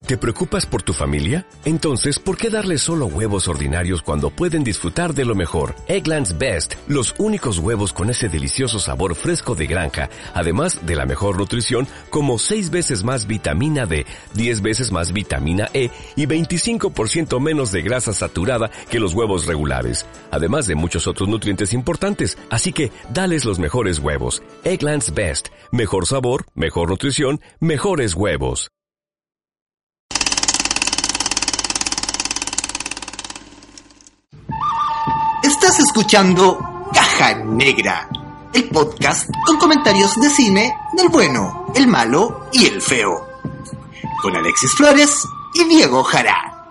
¿Te preocupas por tu familia? Entonces, ¿por qué darles solo huevos ordinarios cuando pueden disfrutar de lo mejor? Eggland's Best, los únicos huevos con ese delicioso sabor fresco de granja, además de la mejor nutrición, como 6 veces más vitamina D, 10 veces más vitamina E y 25% menos de grasa saturada que los huevos regulares, además de muchos otros nutrientes importantes. Así que, dales los mejores huevos. Eggland's Best, mejor sabor, mejor nutrición, mejores huevos. Estás escuchando Caja Negra, el podcast con comentarios de cine del bueno, el malo y el feo, con Alexis Flores y Diego Jara.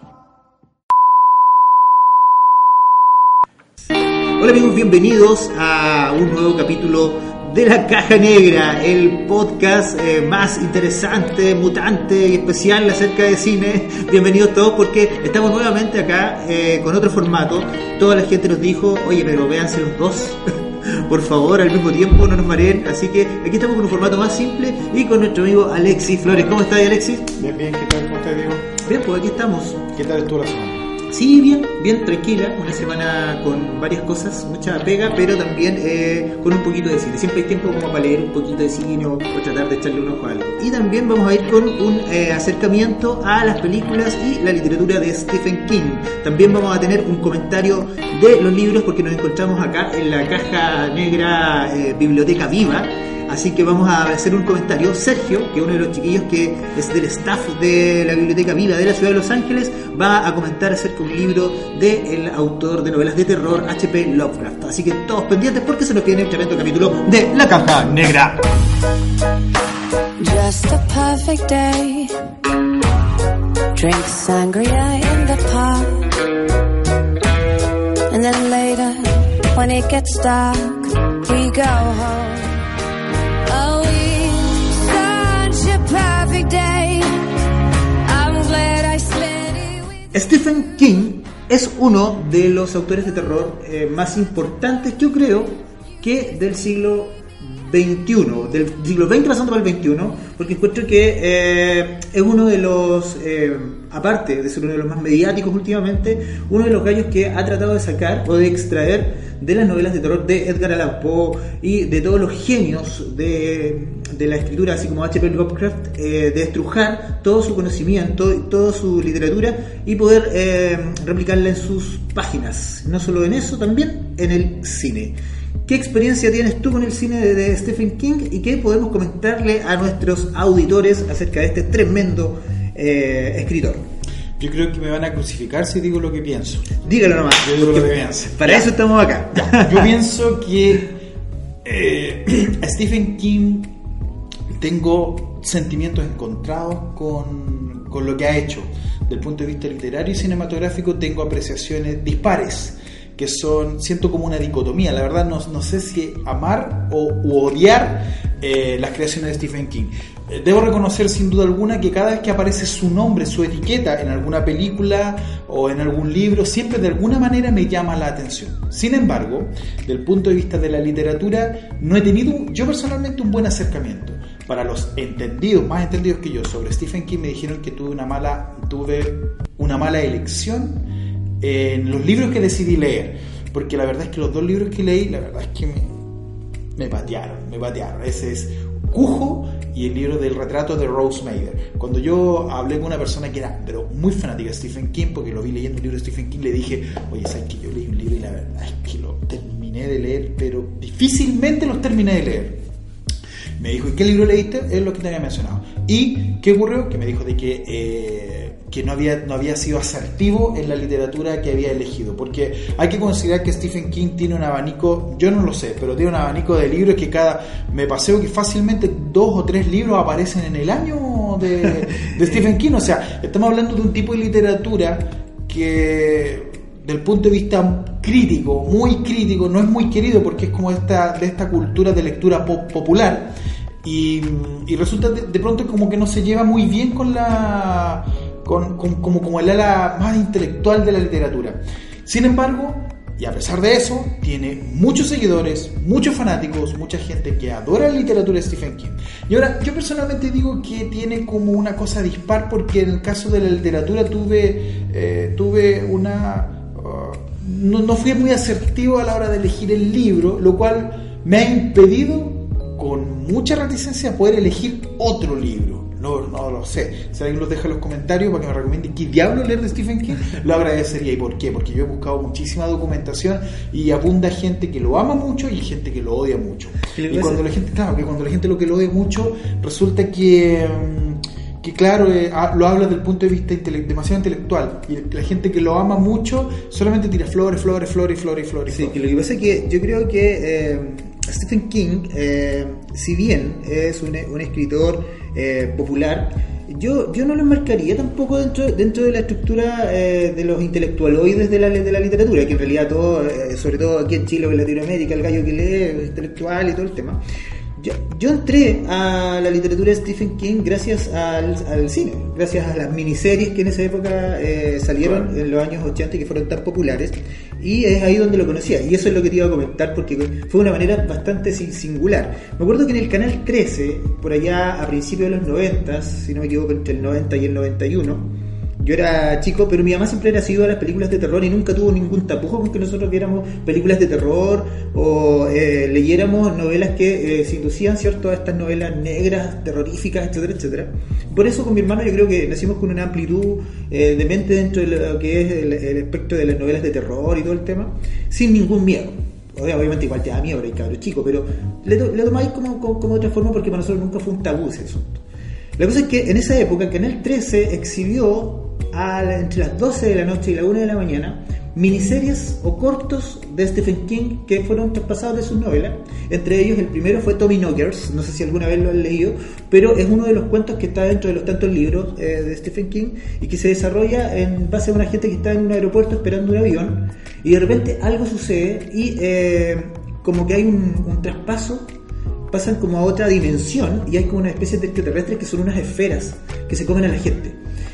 Hola amigos, bienvenidos a un nuevo capítulo de La Caja Negra, el podcast más interesante, mutante y especial acerca de cine. Bienvenidos todos porque estamos nuevamente acá con otro formato. Toda la gente nos dijo, oye, pero véanse los dos, por favor, al mismo tiempo, no nos mareen. Así que aquí estamos con un formato más simple y con nuestro amigo Alexis Flores. ¿Cómo estás, Alexis? Bien, ¿qué tal? ¿Cómo estás, Diego? Bien, pues aquí estamos. ¿Qué tal estuvo la semana? Sí, bien, tranquila, una semana con varias cosas, mucha pega, pero también con un poquito de cine. Siempre hay tiempo como para leer un poquito de cine o tratar de echarle un ojo a algo. Y también vamos a ir con un acercamiento a las películas y la literatura de Stephen King. También vamos a tener un comentario de los libros porque nos encontramos acá en la Caja Negra Biblioteca Viva. Así que vamos a hacer un comentario. Sergio, que es uno de los chiquillos que es del staff de la Biblioteca Viva de la ciudad de Los Ángeles, va a comentar acerca de un libro del autor de novelas de terror H.P. Lovecraft. Así que todos pendientes porque se nos viene el tremendo capítulo de La Caja Negra. Just a perfect day. Drink sangria in the park. And then later, when it gets dark, we go home. Stephen King es uno de los autores de terror más importantes, yo creo, que del siglo XXI, del siglo XX pasando para el XXI, porque encuentro que es uno de los, aparte de ser uno de los más mediáticos últimamente, uno de los gallos que ha tratado de sacar o de extraer de las novelas de terror de Edgar Allan Poe y de todos los genios de la escritura, así como H.P. Lovecraft, de estrujar todo su conocimiento y toda su literatura y poder replicarla en sus páginas. No solo en eso, también en el cine. ¿Qué experiencia tienes tú con el cine de Stephen King y qué podemos comentarle a nuestros auditores acerca de este tremendo escritor? Yo creo que me van a crucificar si digo lo que pienso. Dígalo nomás. Yo digo lo que pienso. Para eso estamos acá. Yo pienso que a Stephen King tengo sentimientos encontrados con lo que ha hecho. Del punto de vista literario y cinematográfico tengo apreciaciones dispares, que siento como una dicotomía. La verdad no sé si amar u odiar las creaciones de Stephen King. Debo reconocer sin duda alguna que cada vez que aparece su nombre, su etiqueta en alguna película o en algún libro, siempre de alguna manera me llama la atención. Sin embargo, del punto de vista de la literatura, no he tenido yo personalmente un buen acercamiento. Para los más entendidos que yo sobre Stephen King, me dijeron que tuve una mala elección en los libros que decidí leer, porque la verdad es que los 2 libros que leí, la verdad es que me patearon. Ese es Cujo y el libro del retrato de Rose Mader. Cuando yo hablé con una persona que era muy fanática de Stephen King, porque lo vi leyendo un libro de Stephen King, le dije, oye, ¿sabes que yo leí un libro y la verdad es que lo terminé de leer, pero difícilmente los terminé de leer? Me dijo, ¿y qué libro leíste? Es lo que te había mencionado. ¿Y qué ocurrió? Que me dijo de que no había sido asertivo en la literatura que había elegido, porque hay que considerar que Stephen King tiene un abanico, yo no lo sé, pero tiene un abanico de libros que me paseo que fácilmente 2 o 3 libros aparecen en el año de Stephen King. O sea, estamos hablando de un tipo de literatura que del punto de vista crítico, muy crítico, no es muy querido porque es como de esta cultura de lectura popular y resulta de pronto como que no se lleva muy bien con como el ala más intelectual de la literatura. Sin embargo, Y a pesar de eso, tiene muchos seguidores, muchos fanáticos, mucha gente que adora la literatura de Stephen King. Y ahora, yo personalmente digo que tiene como una cosa dispar, porque en el caso de la literatura tuve una... no fui muy asertivo a la hora de elegir el libro, lo cual me ha impedido con mucha reticencia poder elegir otro libro. No lo sé. Si alguien los deja en los comentarios para que me recomiende qué diablo leer de Stephen King, lo agradecería. ¿Y por qué? Porque yo he buscado muchísima documentación y abunda gente que lo ama mucho y gente que lo odia mucho. Y cuando la gente lo que lo odia mucho, resulta que claro, lo habla desde el punto de vista demasiado intelectual, y la gente que lo ama mucho solamente tira flores. Sí, que lo que pasa es que yo creo que Stephen King, si bien es un escritor popular, yo no lo enmarcaría tampoco dentro de la estructura de los intelectualoides de la literatura, que en realidad todo, sobre todo aquí en Chile o en Latinoamérica, el gallo que lee es intelectual y todo el tema. Yo entré a la literatura de Stephen King gracias al cine, gracias a las miniseries que en esa época salieron en los años 80 y que fueron tan populares, y es ahí donde lo conocía, y eso es lo que te iba a comentar porque fue una manera bastante singular. Me acuerdo que en el canal 13, por allá a principios de los 90, si no me equivoco, entre el 90 y el 91, yo era chico, pero mi mamá siempre era asiduo a las películas de terror y nunca tuvo ningún tapujo con que nosotros viéramos películas de terror o leyéramos novelas que se inducían, ¿cierto?, a estas novelas negras, terroríficas, etcétera, etcétera. Por eso con mi hermano yo creo que nacimos con una amplitud de mente dentro de lo que es el espectro de las novelas de terror y todo el tema, sin ningún miedo. Obviamente igual te da miedo, era cabro chico, pero le tomáis como otra forma, porque para nosotros nunca fue un tabú ese asunto. La cosa es que en esa época Canal 13 exhibió entre las 12 de la noche y la 1 de la mañana miniseries o cortos de Stephen King que fueron traspasados de sus novelas. Entre ellos el primero fue Tommy Knockers, no sé si alguna vez lo han leído, pero es uno de los cuentos que está dentro de los tantos libros de Stephen King y que se desarrolla en base a una gente que está en un aeropuerto esperando un avión y de repente algo sucede y como que hay un traspaso, pasan como a otra dimensión y hay como una especie de extraterrestres que son unas esferas que se comen a la gente.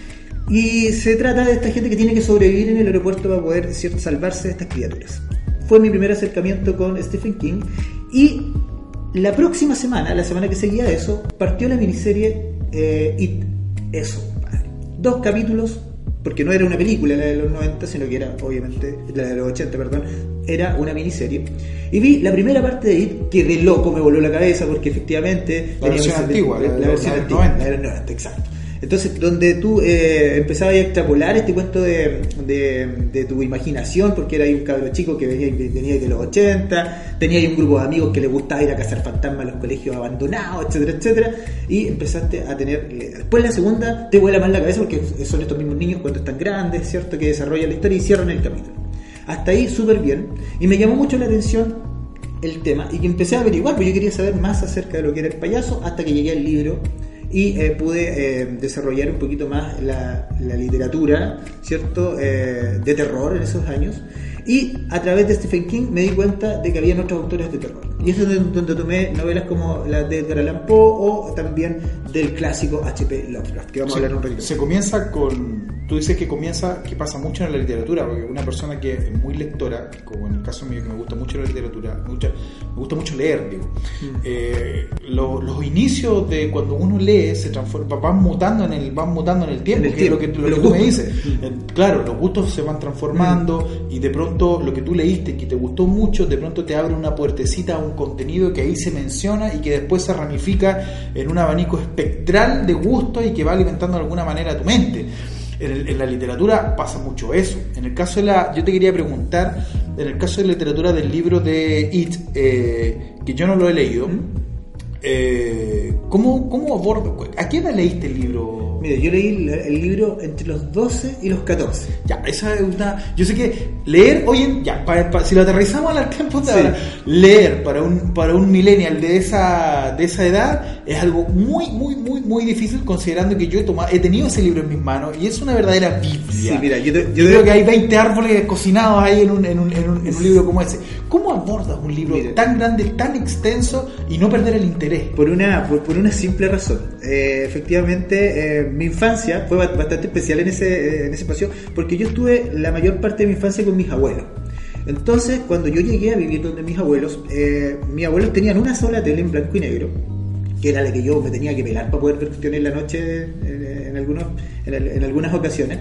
Y se trata de esta gente que tiene que sobrevivir en el aeropuerto para poder, ¿cierto?, salvarse de estas criaturas. Fue mi primer acercamiento con Stephen King. Y la próxima semana, la semana que seguía a eso, partió la miniserie It. Eso, compadre. 2 capítulos, porque no era una película la de los 90, sino que era, obviamente, la de los 80, perdón, era una miniserie. Y vi la primera parte de It, que de loco me voló la cabeza, porque efectivamente... La versión antigua, la versión antigua, la de los 90, exacto. Entonces, donde tú empezabas a extrapolar este cuento de tu imaginación, porque era ahí un cabro chico que venía de los 80, tenía ahí un grupo de amigos que les gustaba ir a cazar fantasmas a los colegios abandonados, etcétera, etcétera, y empezaste a tener... Después la segunda te vuela más la cabeza porque son estos mismos niños cuando están grandes, ¿cierto?, que desarrollan la historia y cierran el capítulo. Hasta ahí súper bien, y me llamó mucho la atención el tema, y que empecé a averiguar, porque yo quería saber más acerca de lo que era el payaso, hasta que llegué al libro y pude desarrollar un poquito más la literatura, ¿cierto?, de terror en esos años, y a través de Stephen King me di cuenta de que había otros autores de terror, y eso es donde tomé novelas como las de Edgar Allan Poe o también del clásico H.P. Lovecraft, que vamos a hablar un ratito. Se comienza con... Tú dices que pasa mucho en la literatura, porque una persona que es muy lectora, como en el caso mío, que me gusta mucho la literatura, me gusta mucho leer, digo. Los inicios de cuando uno lee se transforma, van mutando en el tiempo, que es lo que tú me dices. Claro, los gustos se van transformando y de pronto lo que tú leíste que te gustó mucho, de pronto te abre una puertecita a un contenido que ahí se menciona y que después se ramifica en un abanico espectral de gustos y que va alimentando de alguna manera tu mente. En la literatura pasa mucho eso. En el caso yo te quería preguntar, en el caso de la literatura del libro de It, que yo no lo he leído, ¿cómo abordo? ¿A qué edad leíste el libro? Mira, yo leí el libro entre los 12 y los 14. Ya, esa es una... Yo sé que leer, oye, ya, si lo aterrizamos al tiempo de ahora, leer para un millennial de esa edad es algo muy difícil, considerando que yo he tenido ese libro en mis manos y es una verdadera Biblia. Sí, mira, yo creo que hay 20 árboles cocinados ahí en un libro como ese. ¿Cómo abordas un libro tan grande, tan extenso y no perder el interés? Por una simple razón. Efectivamente, mi infancia fue bastante especial en ese espacio, porque yo estuve la mayor parte de mi infancia con mis abuelos. Entonces, cuando yo llegué a vivir donde mis abuelos tenían una sola tele en blanco y negro, que era la que yo me tenía que pelar para poder ver cuestiones en la noche en algunas ocasiones.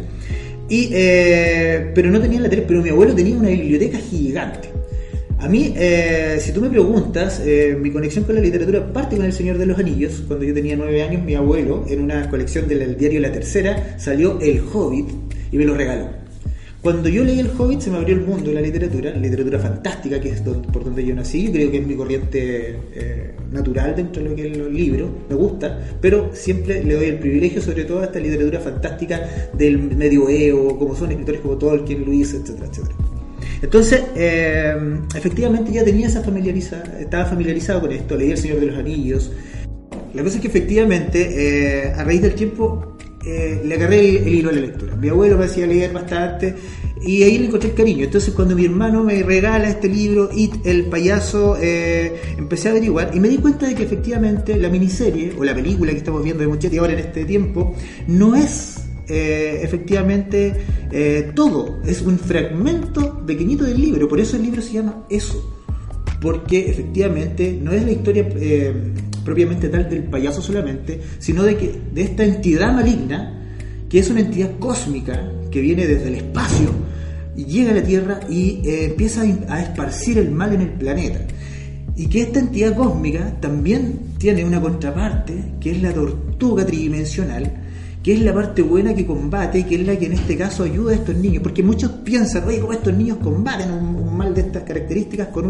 Pero no tenía la tele, pero mi abuelo tenía una biblioteca gigante. A mí, si tú me preguntas, mi conexión con la literatura parte con El Señor de los Anillos. Cuando yo tenía 9 años, mi abuelo, en una colección del diario La Tercera, salió El Hobbit y me lo regaló. Cuando yo leí El Hobbit se me abrió el mundo de la literatura fantástica, que es por donde yo nací. Yo creo que es mi corriente natural dentro de lo que es los libros, me gusta, pero siempre le doy el privilegio sobre todo a esta literatura fantástica del medioevo, como son escritores como Tolkien, Lewis, etcétera, etcétera. Entonces, efectivamente ya estaba familiarizado con esto, leí El Señor de los Anillos. La cosa es que efectivamente, a raíz del tiempo, le agarré el hilo a la lectura. Mi abuelo me hacía leer bastante y ahí le encontré el cariño. Entonces, cuando mi hermano me regala este libro, It, el payaso, empecé a averiguar y me di cuenta de que efectivamente la miniserie o la película que estamos viendo de Muschietti ahora en este tiempo no es efectivamente todo, es un fragmento pequeñito del libro. Por eso el libro se llama Eso, porque efectivamente no es la historia propiamente tal del payaso solamente, sino de esta entidad maligna, que es una entidad cósmica que viene desde el espacio y llega a la Tierra y empieza a esparcir el mal en el planeta. Y que esta entidad cósmica también tiene una contraparte, que es la tortuga tridimensional, que es la parte buena que combate y que es la que en este caso ayuda a estos niños, porque muchos piensan, oye, ¿cómo estos niños combaten un mal de estas características con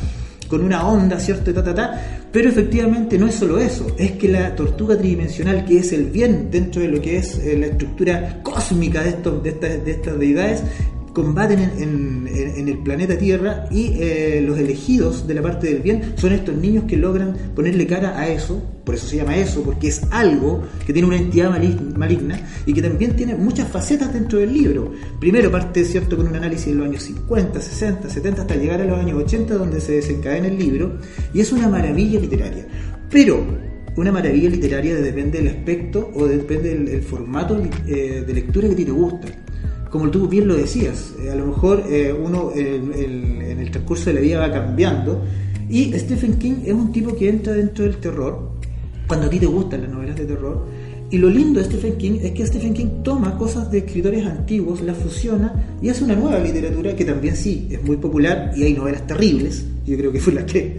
una onda, ¿cierto? Pero efectivamente no es solo eso, es que la tortuga tridimensional, que es el bien dentro de lo que es la estructura cósmica de estas deidades, combaten en el planeta Tierra, y los elegidos de la parte del bien son estos niños que logran ponerle cara a eso. Por eso se llama Eso, porque es algo que tiene una entidad maligna y que también tiene muchas facetas dentro del libro. Primero parte, ¿cierto?, con un análisis de los años 50, 60, 70 hasta llegar a los años 80, donde se desencadena el libro, y es una maravilla literaria. Pero una maravilla literaria depende del aspecto o depende del formato de lectura que a ti te gusta. Como tú bien lo decías, a lo mejor uno en el transcurso de la vida va cambiando, y Stephen King es un tipo que entra dentro del terror cuando a ti te gustan las novelas de terror. Y lo lindo de Stephen King es que Stephen King toma cosas de escritores antiguos, las fusiona y hace una nueva literatura que también sí es muy popular, y hay novelas terribles. Yo creo que fue la que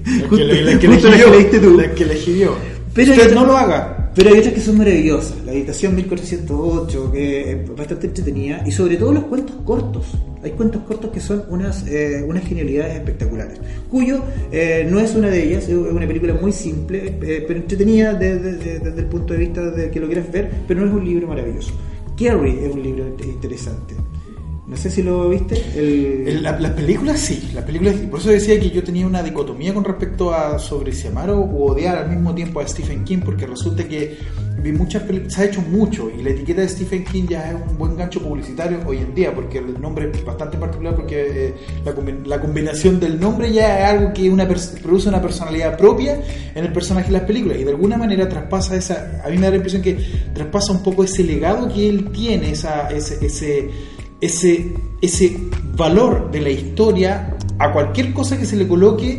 leíste tú. La que elegí yo. Pero usted no lo haga. Pero hay otras que son maravillosas. La Habitación 1408, que es bastante entretenida, y sobre todo los cuentos cortos. Hay cuentos cortos que son unas genialidades espectaculares. Cuyo no es una de ellas, es una película muy simple, pero entretenida desde el punto de vista de que lo quieras ver, pero no es un libro maravilloso. Carrie es un libro interesante. No sé si lo viste. Las películas sí, por eso decía que yo tenía una dicotomía con respecto a sobre si amar o odiar al mismo tiempo a Stephen King, porque resulta que vi muchas películas, se ha hecho mucho, y la etiqueta de Stephen King ya es un buen gancho publicitario hoy en día, porque el nombre es bastante particular, porque la combinación del nombre ya es algo que produce una personalidad propia en el personaje de las películas, y de alguna manera traspasa a mí me da la impresión que traspasa un poco ese legado que él tiene, ese valor de la historia a cualquier cosa que se le coloque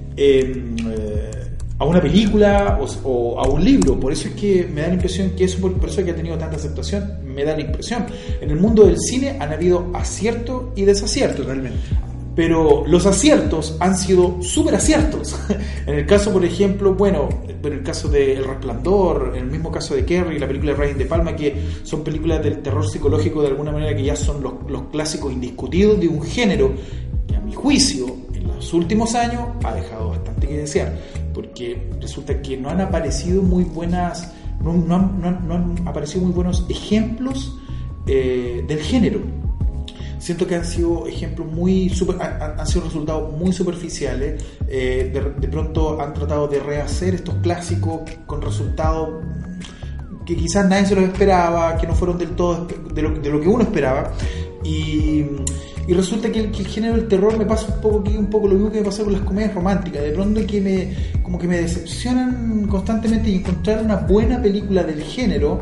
a una película o a un libro. Por eso es que me da la impresión que eso, por eso es que ha tenido tanta aceptación, me da la impresión. En el mundo del cine han habido aciertos y desaciertos realmente, pero los aciertos han sido súper aciertos. En el caso, por ejemplo, en el caso de El Resplandor, en el mismo caso de Carrie, la película de Brian De Palma, que son películas del terror psicológico de alguna manera, que ya son los clásicos indiscutidos de un género que, a mi juicio, en los últimos años ha dejado bastante que desear, porque resulta que no han aparecido muy buenas, no han aparecido muy buenos ejemplos del género. Siento que han sido ejemplos han sido resultados muy superficiales. De pronto han tratado de rehacer estos clásicos con resultados que quizás nadie se los esperaba, que no fueron del todo de lo que uno esperaba. Y resulta que el género del terror me pasa un poco lo mismo que me pasa con las comedias románticas. De pronto que me decepcionan constantemente, y encontrar una buena película del género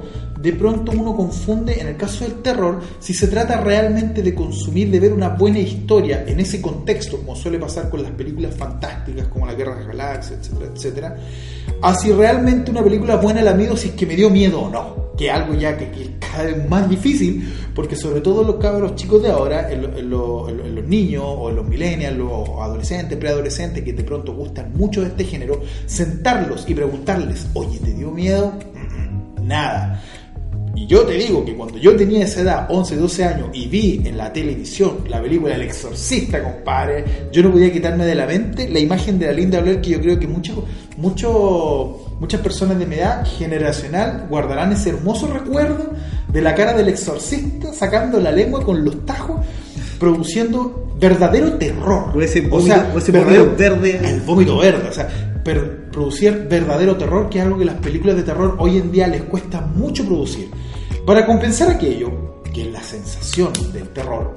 de pronto uno confunde, en el caso del terror, si se trata realmente de consumir, de ver una buena historia en ese contexto, como suele pasar con las películas fantásticas como La Guerra de las Galaxias, etcétera, etcétera, a si realmente una película buena la mido si es que me dio miedo o no, que es algo ya que es cada vez más difícil, porque sobre todo los cabros chicos de ahora, en los niños o en los millennials, los adolescentes, preadolescentes que de pronto gustan mucho de este género, sentarlos y preguntarles, oye, ¿te dio miedo? Nada. Y yo te digo que cuando yo tenía esa edad, 11, 12 años, y vi en la televisión la película El Exorcista, compadre, yo no podía quitarme de la mente la imagen de la Linda Blair, que yo creo que muchas personas de mi edad generacional guardarán ese hermoso recuerdo de la cara del exorcista sacando la lengua con los tajos, produciendo verdadero terror. O ese vómito verde. El vómito verde, o sea, producir verdadero terror, que es algo que las películas de terror hoy en día les cuesta mucho producir. Para compensar aquello, que es la sensación del terror,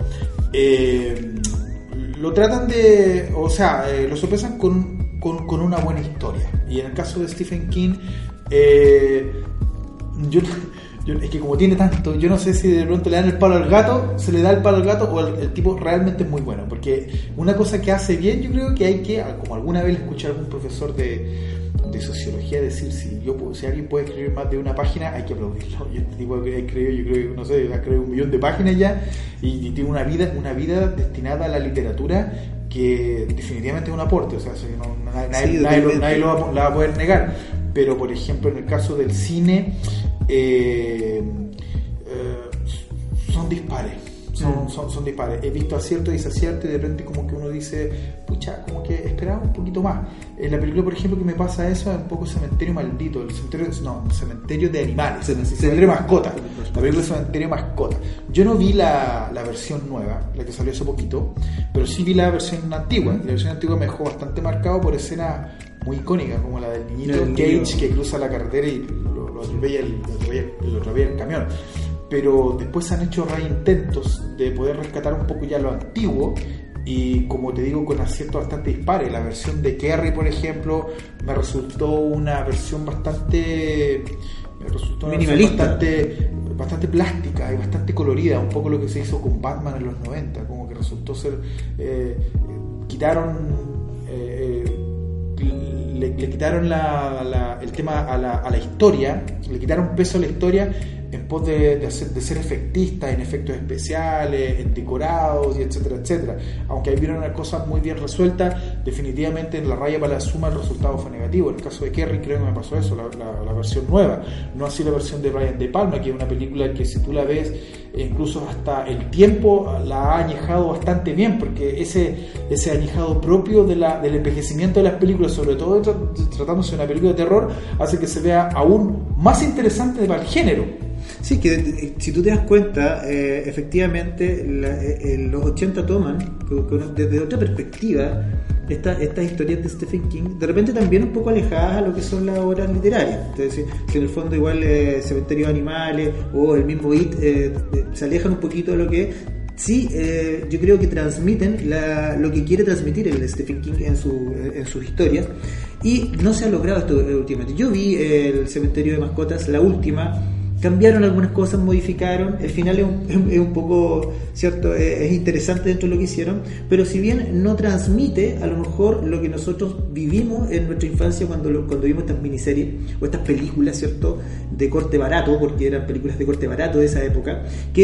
lo tratan de, o sea, lo sopesan con una buena historia. Y en el caso de Stephen King, yo es que como tiene tanto, yo no sé si de pronto le dan el palo al gato, se le da el palo al gato, o el tipo realmente es muy bueno. Porque una cosa que hace bien, yo creo que hay que, como alguna vez escuché a algún profesor de sociología decir, si alguien puede escribir más de una página, hay que aplaudirlo. Y este tipo que ha escrito, yo creo que, no sé, ha escrito 1 millón de páginas ya, y tiene una vida destinada a la literatura que definitivamente es un aporte, o sea, nadie lo va a poder negar. Pero por ejemplo, en el caso del cine, son dispares. Son dispares. He visto acierto y desacierto, y de repente como que uno dice, pucha, como que esperaba un poquito más. En la película, por ejemplo, que me pasa eso es un poco Cementerio Maldito, Cementerio de Animales, Cementerio Mascota, la película Cementerio Mascota. Yo no vi la versión nueva, la que salió hace poquito, pero sí vi la versión antigua, y la versión antigua me dejó bastante marcado por escenas muy icónicas, como la del niñito Cage que cruza la carretera y lo atropella el camión. Pero después se han hecho intentos de poder rescatar un poco ya lo antiguo, y como te digo, con aciertos bastante dispares. La versión de Carrie, por ejemplo, me resultó una versión bastante minimalista, bastante plástica y bastante colorida, un poco lo que se hizo con Batman en los 90, como que resultó ser le quitaron el tema a la historia, le quitaron peso a la historia en pos de ser efectistas en efectos especiales, en decorados y etcétera, etcétera. Aunque ahí vieron una cosa muy bien resuelta, definitivamente en la raya para la suma el resultado fue negativo. En el caso de Carrie creo que me pasó eso, la versión nueva, no así la versión de Brian De Palma, que es una película que si tú la ves, incluso hasta el tiempo la ha añejado bastante bien, porque ese añejado propio del envejecimiento de las películas, sobre todo tratándose de una película de terror, hace que se vea aún más interesante para el género. Sí, que si tú te das cuenta, efectivamente los 80 toman desde otra perspectiva estas historias de Stephen King, de repente también un poco alejadas a lo que son las obras literarias. Entonces, que en el fondo igual Cementerio de Animales o el mismo It se alejan un poquito de lo que sí, yo creo que transmiten lo que quiere transmitir el Stephen King en sus historias, y no se ha logrado esto últimamente. Yo vi el Cementerio de Mascotas, la última. Cambiaron algunas cosas, modificaron. El final es un poco, ¿cierto? Es interesante dentro de lo que hicieron, pero si bien no transmite a lo mejor lo que nosotros vivimos en nuestra infancia cuando vimos estas miniseries o estas películas, ¿cierto? De corte barato, porque eran películas de corte barato de esa época,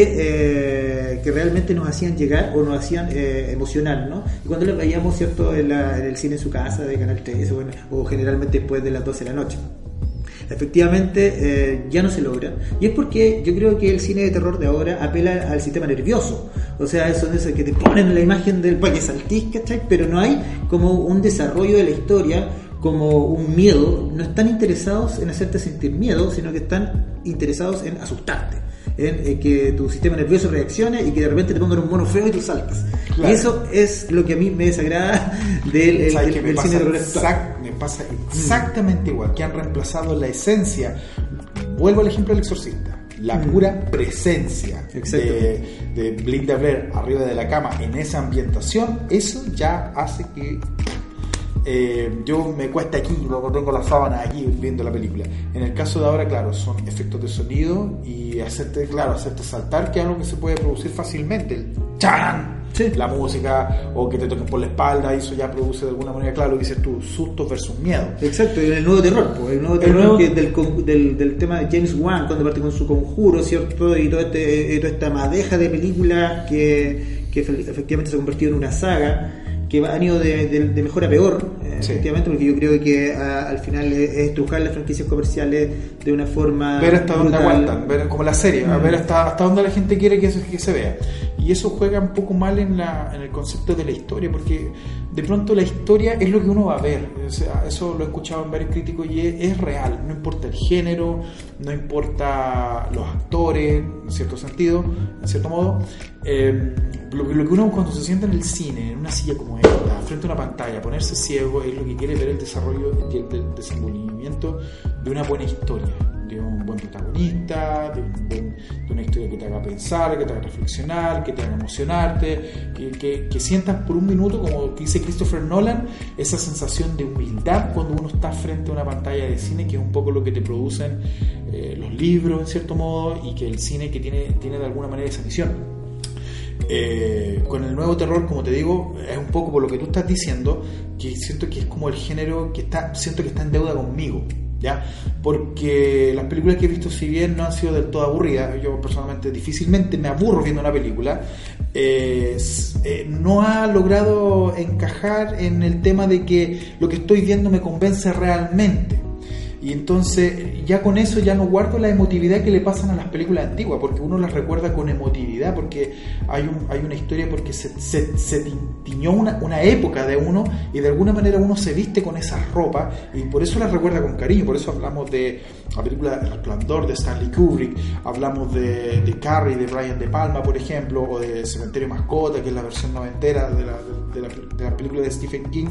que realmente nos hacían llegar o nos hacían emocionar, ¿no? Y cuando las veíamos, ¿cierto? En el cine en su casa de Canal 13, o generalmente después de las 12 de la noche. Efectivamente ya no se logra, y es porque yo creo que el cine de terror de ahora apela al sistema nervioso, o sea, eso de eso que te ponen la imagen del para que saltís, ¿cachai? Pero no hay como un desarrollo de la historia, como un miedo. No están interesados en hacerte sentir miedo, sino que están interesados en asustarte, en que tu sistema nervioso reaccione y que de repente te pongan un mono feo y tú saltas. Claro. Y eso es lo que a mí me desagrada del cine de terror actual. Me pasa exactamente igual, que han reemplazado la esencia. Vuelvo al ejemplo del Exorcista, la pura presencia de Linda Blair arriba de la cama en esa ambientación. Eso ya hace que yo me cuesta aquí, luego tengo la sábana aquí viendo la película. En el caso de ahora, claro, son efectos de sonido y hacerte saltar, que es algo que se puede producir fácilmente. El ¡chan! Sí. La música, o que te toquen por la espalda, y eso ya produce de alguna manera, claro, dices tú, sustos versus miedo. Exacto, y el nuevo terror, pues, el nuevo terror que del tema de James Wan, cuando parte con su Conjuro, ¿cierto? Y toda esta madeja de películas que efectivamente se ha convertido en una saga que han ido de mejor a peor, sí. Efectivamente, porque yo creo que al final es estrujar las franquicias comerciales de una forma ver hasta brutal. dónde aguantan, ver como la serie, a ver hasta dónde la gente quiere que se vea. Y eso juega un poco mal en el concepto de la historia, porque de pronto la historia es lo que uno va a ver. O sea, eso lo he escuchado en varios críticos y es real, no importa el género, no importa los actores, en cierto sentido, en cierto modo. Lo que uno cuando se sienta en el cine, en una silla como esta, frente a una pantalla, ponerse ciego, es lo que quiere ver el desarrollo y el desenvolvimiento de una buena historia, de un buen protagonista, de una historia que te haga pensar, que te haga reflexionar, que te haga emocionarte, que sientas por un minuto, como dice Christopher Nolan, esa sensación de humildad cuando uno está frente a una pantalla de cine, que es un poco lo que te producen los libros en cierto modo, y que el cine que tiene de alguna manera esa misión. Con el nuevo terror, como te digo, es un poco por lo que tú estás diciendo, que siento que es como el género siento que está en deuda conmigo, ¿ya? Porque las películas que he visto, si bien no han sido del todo aburridas, yo personalmente difícilmente me aburro viendo una película, no ha logrado encajar en el tema de que lo que estoy viendo me convence realmente. Y entonces ya con eso ya no guardo la emotividad que le pasan a las películas antiguas, porque uno las recuerda con emotividad, porque hay una historia, porque se tiñó una época de uno, y de alguna manera uno se viste con esa ropa, y por eso las recuerda con cariño. Por eso hablamos de la película El Resplandor de Stanley Kubrick, hablamos de Carrie de Brian De Palma, por ejemplo, o de Cementerio Mascota, que es la versión noventera de la película de Stephen King,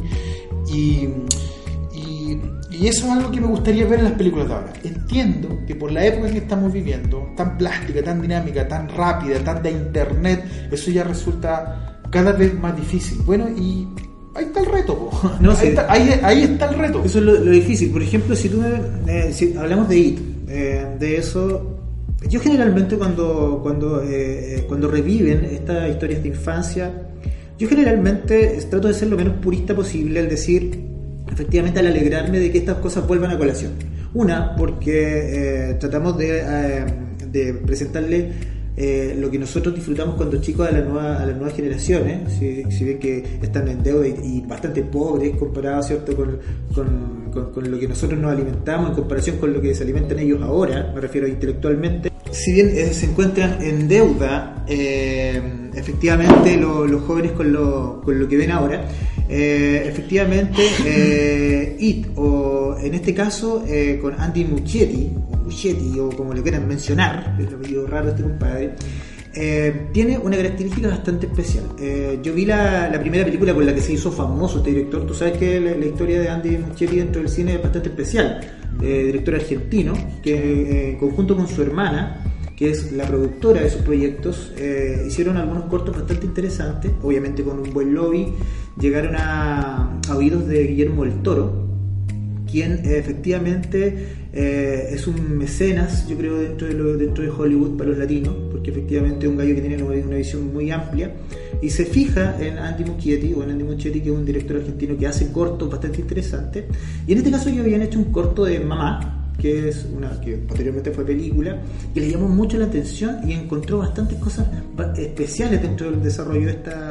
y eso es algo que me gustaría ver en las películas de ahora. Entiendo que por la época en que estamos viviendo, tan plástica, tan dinámica, tan rápida, tan de internet, eso ya resulta cada vez más difícil. Bueno, y ahí está el reto, po. No, sí. ahí está el reto. Eso es lo difícil. Por ejemplo, si hablamos de IT, de eso, yo generalmente cuando reviven estas historias de infancia, yo generalmente trato de ser lo menos purista posible, al decir, efectivamente, al alegrarme de que estas cosas vuelvan a colación. Una, porque tratamos de presentarle lo que nosotros disfrutamos cuando chicos a las nuevas generaciones, si bien que están en deuda y bastante pobres comparado, ¿cierto?, con lo que nosotros nos alimentamos en comparación con lo que se alimentan ellos ahora, me refiero intelectualmente. Si bien se encuentran en deuda, efectivamente los jóvenes con lo que ven ahora, efectivamente IT, o en este caso con Andy Muschietti, o como lo quieran mencionar, es lo apellido raro de este compadre, tiene una característica bastante especial. Yo vi la primera película con la que se hizo famoso este director. Tú sabes que la historia de Andy Muschietti dentro del cine es bastante especial. Director argentino que en conjunto con su hermana, que es la productora de sus proyectos, hicieron algunos cortos bastante interesantes, obviamente con un buen lobby. Llegaron a oídos de Guillermo del Toro, quien efectivamente es un mecenas, yo creo, dentro de Hollywood para los latinos, porque efectivamente es un gallo que tiene una visión muy amplia, y se fija en Andy Muschietti, que es un director argentino que hace cortos bastante interesantes. Y en este caso ellos habían hecho un corto de Mamá, que posteriormente fue película, que le llamó mucho la atención y encontró bastantes cosas especiales dentro del desarrollo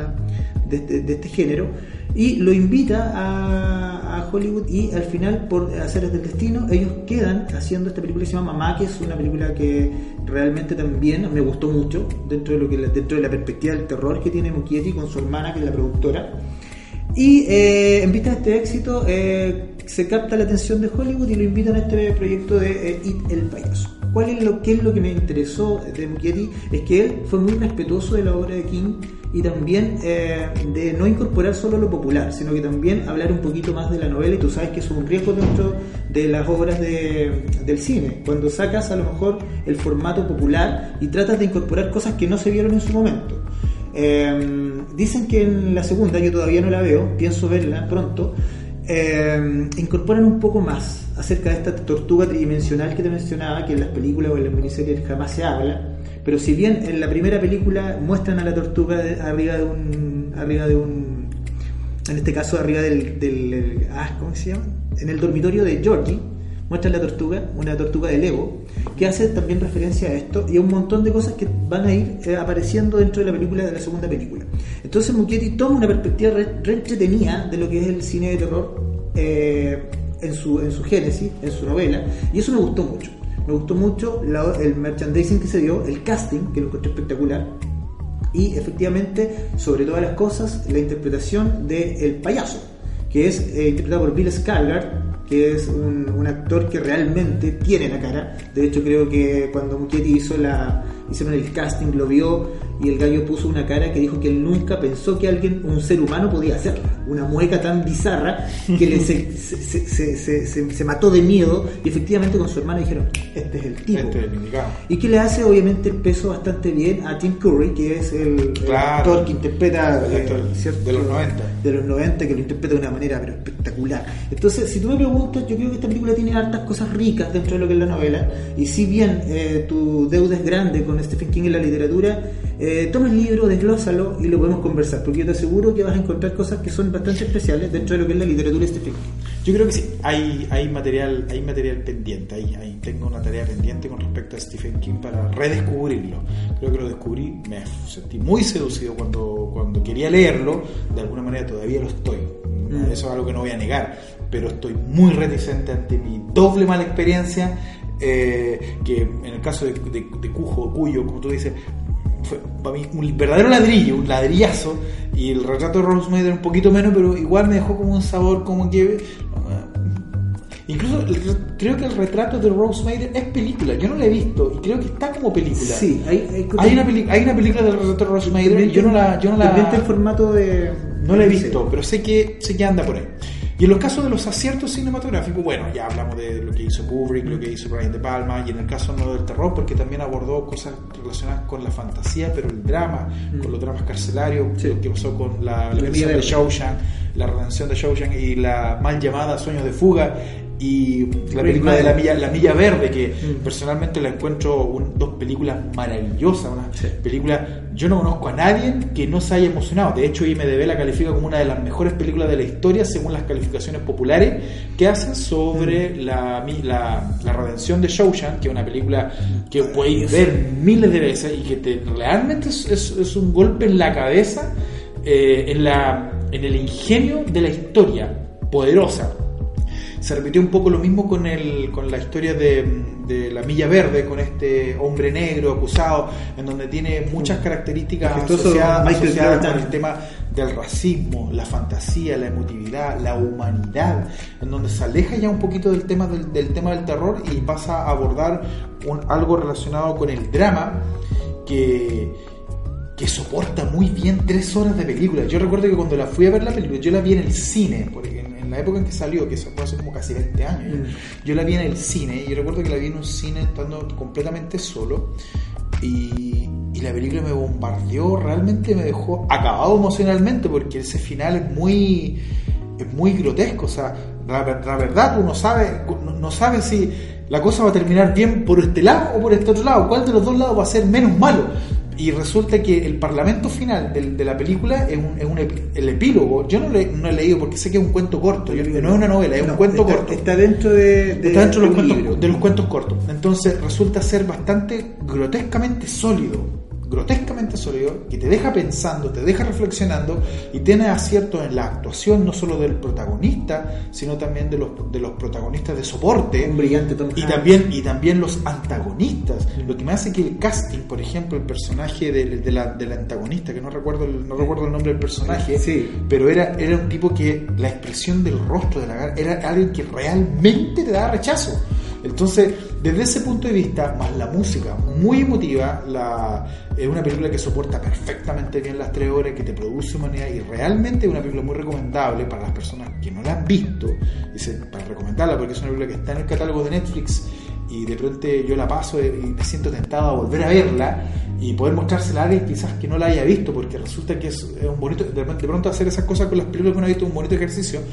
de este género, y lo invita a Hollywood, y al final, por hacer del destino, ellos quedan haciendo esta película que se llama Mamá, que es una película que realmente también me gustó mucho dentro de la perspectiva del terror que tiene Muschietti con su hermana, que es la productora. Y en vista de este éxito, se capta la atención de Hollywood y lo invitan a este proyecto de It, el payaso. ¿Qué es lo que me interesó de Muschietti? Es que él fue muy respetuoso de la obra de King, y también de no incorporar solo lo popular, sino que también hablar un poquito más de la novela. Y tú sabes que eso es un riesgo dentro de las obras del cine, cuando sacas a lo mejor el formato popular y tratas de incorporar cosas que no se vieron en su momento. Dicen que en la segunda, yo todavía no la veo, pienso verla pronto, incorporan un poco más acerca de esta tortuga tridimensional que te mencionaba, que en las películas o en las miniseries jamás se habla. Pero si bien en la primera película muestran a la tortuga arriba de un, en este caso arriba del ¿cómo se llama? En el dormitorio de Georgie muestran la tortuga, una tortuga de Lego, que hace también referencia a esto y a un montón de cosas que van a ir apareciendo dentro de la película, de la segunda película. Entonces Muschietti toma una perspectiva re entretenida de lo que es el cine de terror en su génesis, en su novela, y eso me gustó mucho. Me gustó mucho el merchandising que se dio, el casting, que lo encontré espectacular, y efectivamente, sobre todas las cosas, la interpretación del payaso, que es interpretado por Bill Skarsgård, que es un actor que realmente tiene la cara. De hecho, creo que cuando Muschietti hicieron el casting, lo vio y el gallo puso una cara que dijo que él nunca pensó que un ser humano podía hacerla. Una mueca tan bizarra que se mató de miedo, y efectivamente con su hermana dijeron, este es el tipo. Este es el indicado. Y que le hace obviamente el peso bastante bien a Tim Curry, que es el actor que interpreta de los 90. De los 90, que lo interpreta de una manera pero espectacular. Entonces, si tú me preguntas, yo creo que esta película tiene hartas cosas ricas dentro de lo que es la novela, y si bien tu deuda es grande con Stephen King en la literatura, toma el libro, desglósalo y lo podemos conversar, porque yo te aseguro que vas a encontrar cosas que son bastante especiales dentro de lo que es la literatura de Stephen King. Yo creo que sí, hay material pendiente, ahí tengo una tarea pendiente con respecto a Stephen King para redescubrirlo. Creo que lo descubrí, me sentí muy seducido cuando quería leerlo, de alguna manera todavía lo estoy. Eso es algo que no voy a negar, pero estoy muy reticente ante mi doble mala experiencia, que en el caso de Cuyo, como tú dices, fue para mí un verdadero ladrillo, un ladrillazo, y el retrato de Rose Mader un poquito menos, pero igual me dejó como un sabor como que... Incluso creo que el retrato de Rose Mader es película, yo no la he visto y creo que está como película. Sí, hay una película del retrato de Rose Mader y yo no la en formato de... No la he visto, pero sé que anda por ahí. Y en los casos de los aciertos cinematográficos, bueno, ya hablamos de lo que hizo Kubrick, lo que hizo Brian De Palma, y en el caso no del terror, porque también abordó cosas relacionadas con la fantasía, pero el drama, con los dramas carcelarios, lo que pasó con la redención de Shawshank, y la mal llamada Sueños de Fuga, y la película de La Milla Verde, que personalmente la encuentro dos películas maravillosas, películas. Yo no conozco a nadie que no se haya emocionado. De hecho, IMDb la califica como una de las mejores películas de la historia según las calificaciones populares que hacen sobre la redención de Shawshank, que es una película que podéis ver miles de veces y que realmente es un golpe en la cabeza, en el ingenio de la historia poderosa. Se repitió un poco lo mismo con la historia de La Milla Verde, con este hombre negro acusado, en donde tiene muchas características asociadas con el tema del racismo, la fantasía, la emotividad, la humanidad, en donde se aleja ya un poquito del tema del terror y pasa a abordar algo relacionado con el drama que soporta muy bien 3 horas de película. Yo recuerdo que cuando la fui a ver la película, yo la vi en el cine, porque en la época en que salió, que eso fue hace como casi 20 años, yo la vi en el cine, y yo recuerdo que la vi en un cine estando completamente solo, y la película me bombardeó, realmente me dejó acabado emocionalmente, porque ese final es muy grotesco. O sea, la verdad uno no sabe si la cosa va a terminar bien por este lado o por este otro lado, cuál de los dos lados va a ser menos malo. Y resulta que el parlamento final de la película es el epílogo. Yo no he leído porque sé que es un cuento corto, no es una novela, es un cuento corto. Está dentro de los cuentos cortos. Entonces resulta ser bastante grotescamente sólido, que te deja pensando, te deja reflexionando, y tiene aciertos en la actuación, no solo del protagonista, sino también de los protagonistas de soporte, un brillante Tom Hanks, y también los antagonistas. Lo que me hace que el casting, por ejemplo, el personaje del antagonista, que no recuerdo el nombre del personaje, pero era un tipo que la expresión del rostro de la cara era alguien que realmente te daba rechazo. Entonces, desde ese punto de vista, más la música muy emotiva, es una película que soporta perfectamente bien las 3 horas, que te produce humanidad, y realmente es una película muy recomendable para las personas que no la han visto, para recomendarla, porque es una película que está en el catálogo de Netflix, y de pronto yo la paso y me siento tentado a volver a verla y poder mostrársela a alguien quizás que no la haya visto, porque resulta que es un bonito, de pronto hacer esas cosas con las películas que uno ha visto, un bonito ejercicio.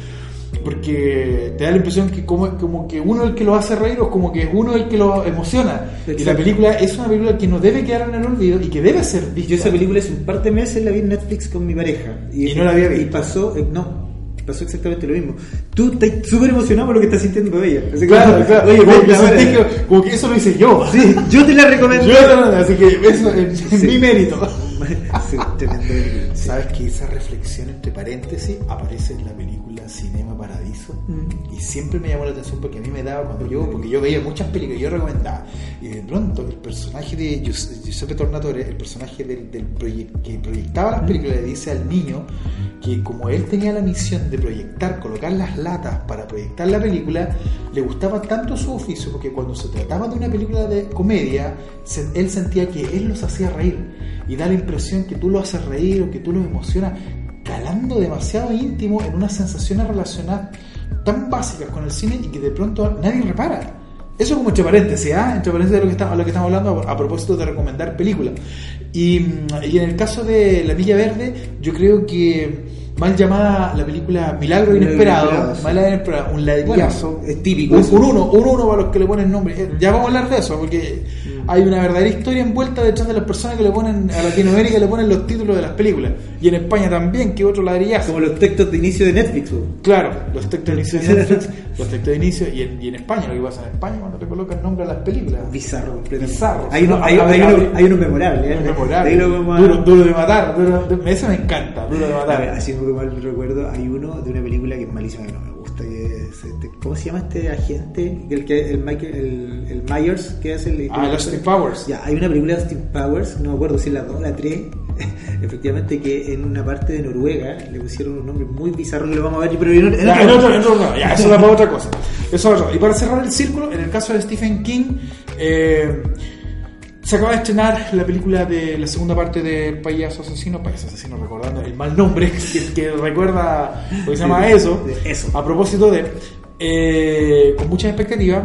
porque te da la impresión que como que uno es el que lo hace reír o como que es uno el que lo emociona. Exacto. Y la película es una película que no debe quedar en el olvido y que debe ser vista. Yo esa película hace un par de meses la vi en Netflix con mi pareja y no la había visto. Y pasó exactamente lo mismo. Tú estás súper emocionado por lo que estás sintiendo de ella. Así claro. Oye, como que eso lo hice yo. Sí, yo te la recomiendo. Así que eso es mi mérito. Sí, tremendo. ¿Sabes que esa reflexión entre paréntesis aparece en la película Cinema Paradiso? Y siempre me llamó la atención porque a mí me daba porque yo veía muchas películas y yo recomendaba, y de pronto el personaje de Giuseppe Tornatore, el personaje que proyectaba las películas, le dice al niño que como él tenía la misión de colocar las latas para proyectar la película, le gustaba tanto su oficio porque cuando se trataba de una película de comedia, él sentía que él los hacía reír, y da la impresión que tú lo haces reír o que tú los emocionas, calando demasiado íntimo en unas sensaciones relacionadas tan básicas con el cine y que de pronto nadie repara. Eso como entre paréntesis, entre paréntesis de lo que estamos hablando a propósito de recomendar películas. Y en el caso de La Milla Verde, yo creo que mal llamada la película Milagro Inesperado, un ladrillazo. Bueno, es típico. Un uno para los que le ponen nombre. Ya vamos a hablar de eso, porque hay una verdadera historia envuelta detrás de las personas que le ponen a Latinoamérica, le ponen los títulos de las películas. Y en España también, que otro ladrillazo. Como los textos de inicio de Netflix. Claro, los textos de inicio de Netflix, los textos de inicio, y en España, lo que pasa en España cuando te colocan nombre a las películas. Bizarro, completamente. Bizarro. Hay uno memorable. Duro de matar. Eso me encanta, Duro de matar. Así como que mal recuerdo, hay uno de una película que es malísima, que no me gusta, que es ¿cómo se llama este agente? El Myers, que es el Austin Powers. Ya, hay una película de Austin Powers, no me acuerdo si es la 2 o la 3, efectivamente, que en una parte de Noruega le pusieron un nombre muy bizarro que lo vamos a ver, pero en otro, ya, eso da para otra cosa. Y para cerrar el círculo, en el caso de Stephen King, se acaba de estrenar la película de la segunda parte de Payaso Asesino, recordando el mal nombre que recuerda lo que se llama eso. A propósito con muchas expectativas,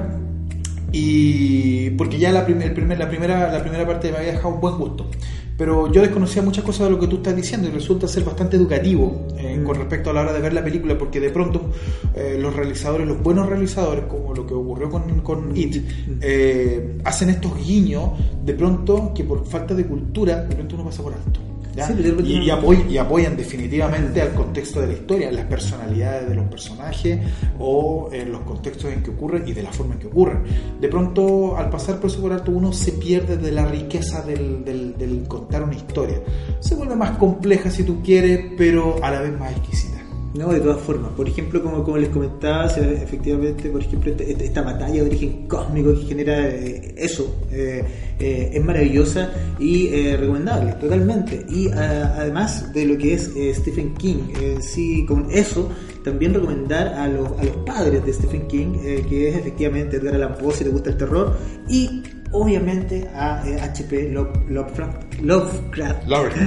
y porque ya la primera parte me había dejado un buen gusto, pero yo desconocía muchas cosas de lo que tú estás diciendo y resulta ser bastante educativo con respecto a la hora de ver la película, porque de pronto los buenos realizadores, como lo que ocurrió con It, hacen estos guiños de pronto que por falta de cultura de pronto uno pasa por alto. Sí, y apoyan definitivamente al contexto de la historia, las personalidades de los personajes o en los contextos en que ocurren y de la forma en que ocurren. De pronto, al pasar por eso por alto, uno se pierde de la riqueza del contar una historia. Se vuelve más compleja si tú quieres, pero a la vez más exquisita. No, de todas formas. Por ejemplo, como les comentaba, efectivamente, por ejemplo, esta batalla de origen cósmico que genera eso es maravillosa y recomendable, totalmente. Y además de lo que es Stephen King, sí, con eso también recomendar a los padres de Stephen King, que es efectivamente Edgar Allan Poe, si te gusta el terror, y obviamente a H.P. Lovecraft,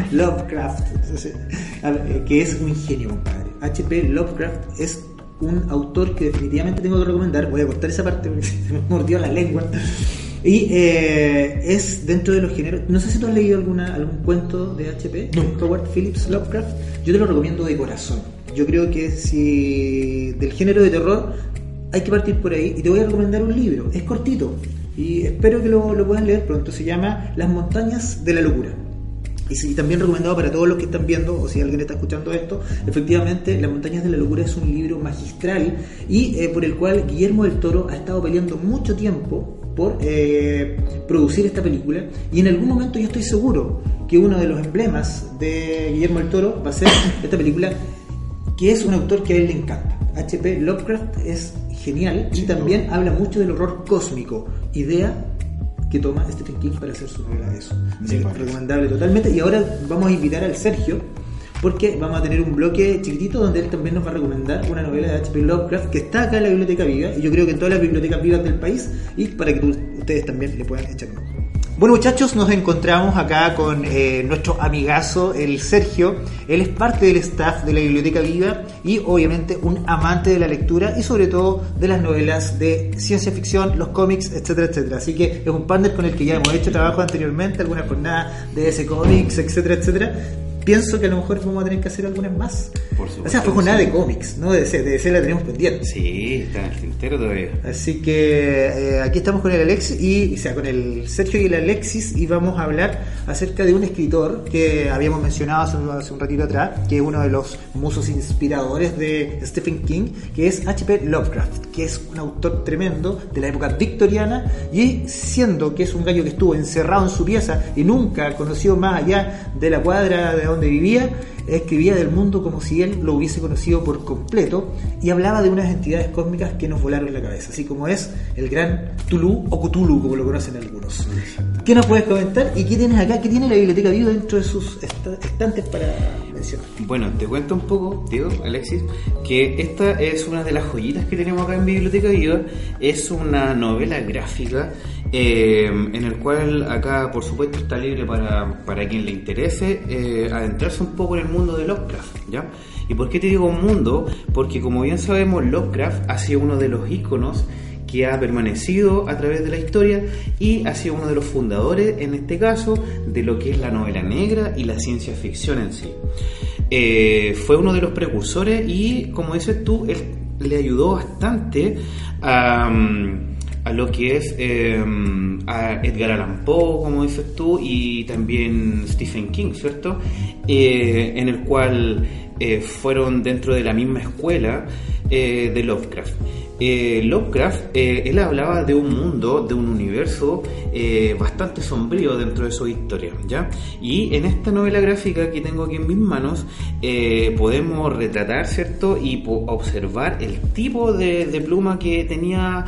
que es un genio, compadre. H.P. Lovecraft es un autor que definitivamente tengo que recomendar. Voy a cortar esa parte porque se me mordió la lengua. Y es dentro de los géneros. No sé si tú has leído algún cuento de H.P. No. Howard Phillips Lovecraft. Yo te lo recomiendo de corazón. Yo creo que si del género de terror hay que partir por ahí, y te voy a recomendar un libro. Es cortito y espero que lo puedan leer pronto. Se llama Las montañas de la locura. Y también recomendado para todos los que están viendo, o si alguien está escuchando esto. Efectivamente, Las montañas de la locura es un libro magistral y por el cual Guillermo del Toro ha estado peleando mucho tiempo por producir esta película, y en algún momento yo estoy seguro que uno de los emblemas de Guillermo del Toro va a ser esta película, que es un autor que a él le encanta. H.P. Lovecraft es genial y también habla mucho del horror cósmico, idea que toma Stephen King para hacer su novela de eso. Así que recomendable totalmente. Y ahora vamos a invitar al Sergio, porque vamos a tener un bloque chiquitito donde él también nos va a recomendar una novela de H.P. Lovecraft que está acá en la Biblioteca Viva, y yo creo que en todas las bibliotecas vivas del país, y para que ustedes también le puedan echar un ojo. Bueno, muchachos, nos encontramos acá con nuestro amigazo, el Sergio. Él es parte del staff de la Biblioteca Viva y obviamente un amante de la lectura y sobre todo de las novelas de ciencia ficción, los cómics, etcétera, etcétera. Así que es un partner con el que ya hemos hecho trabajo anteriormente, alguna jornada de ese cómics, etcétera, etcétera. pienso que a lo mejor vamos a tener que hacer algunas más. Por supuesto. O sea, fue jornada de cómics, ¿no? De DC la tenemos pendiente. Sí, está en el tintero todavía. Así que aquí estamos con el Alexis, con el Sergio y el Alexis, y vamos a hablar acerca de un escritor que habíamos mencionado hace un ratito atrás, que es uno de los musos inspiradores de Stephen King, que es H.P. Lovecraft, que es un autor tremendo de la época victoriana, y siendo que es un gallo que estuvo encerrado en su pieza y nunca conoció más allá de la cuadra de donde vivía, escribía del mundo como si él lo hubiese conocido por completo y hablaba de unas entidades cósmicas que nos volaron la cabeza, así como es el gran Tulu o Cthulhu, como lo conocen algunos. ¿Qué nos puedes comentar y qué tienes acá? ¿Qué tiene la Biblioteca Viva dentro de sus estantes para mencionar? Bueno, te cuento un poco, tío Alexis, que esta es una de las joyitas que tenemos acá en Biblioteca Viva. Es una novela gráfica en el cual acá por supuesto está libre para quien le interese adentrarse un poco en el mundo de Lovecraft, ¿ya? ¿Y por qué te digo mundo? Porque como bien sabemos, Lovecraft ha sido uno de los íconos que ha permanecido a través de la historia y ha sido uno de los fundadores, en este caso, de lo que es la novela negra y la ciencia ficción en sí. Fue uno de los precursores y, como dices tú, él le ayudó bastante a lo que es a Edgar Allan Poe, como dices tú, y también Stephen King, ¿cierto? En el cual fueron dentro de la misma escuela de Lovecraft. Lovecraft, él hablaba de un mundo, de un universo bastante sombrío dentro de su historia, ¿ya? Y en esta novela gráfica que tengo aquí en mis manos podemos retratar, ¿cierto? Y observar el tipo de pluma que tenía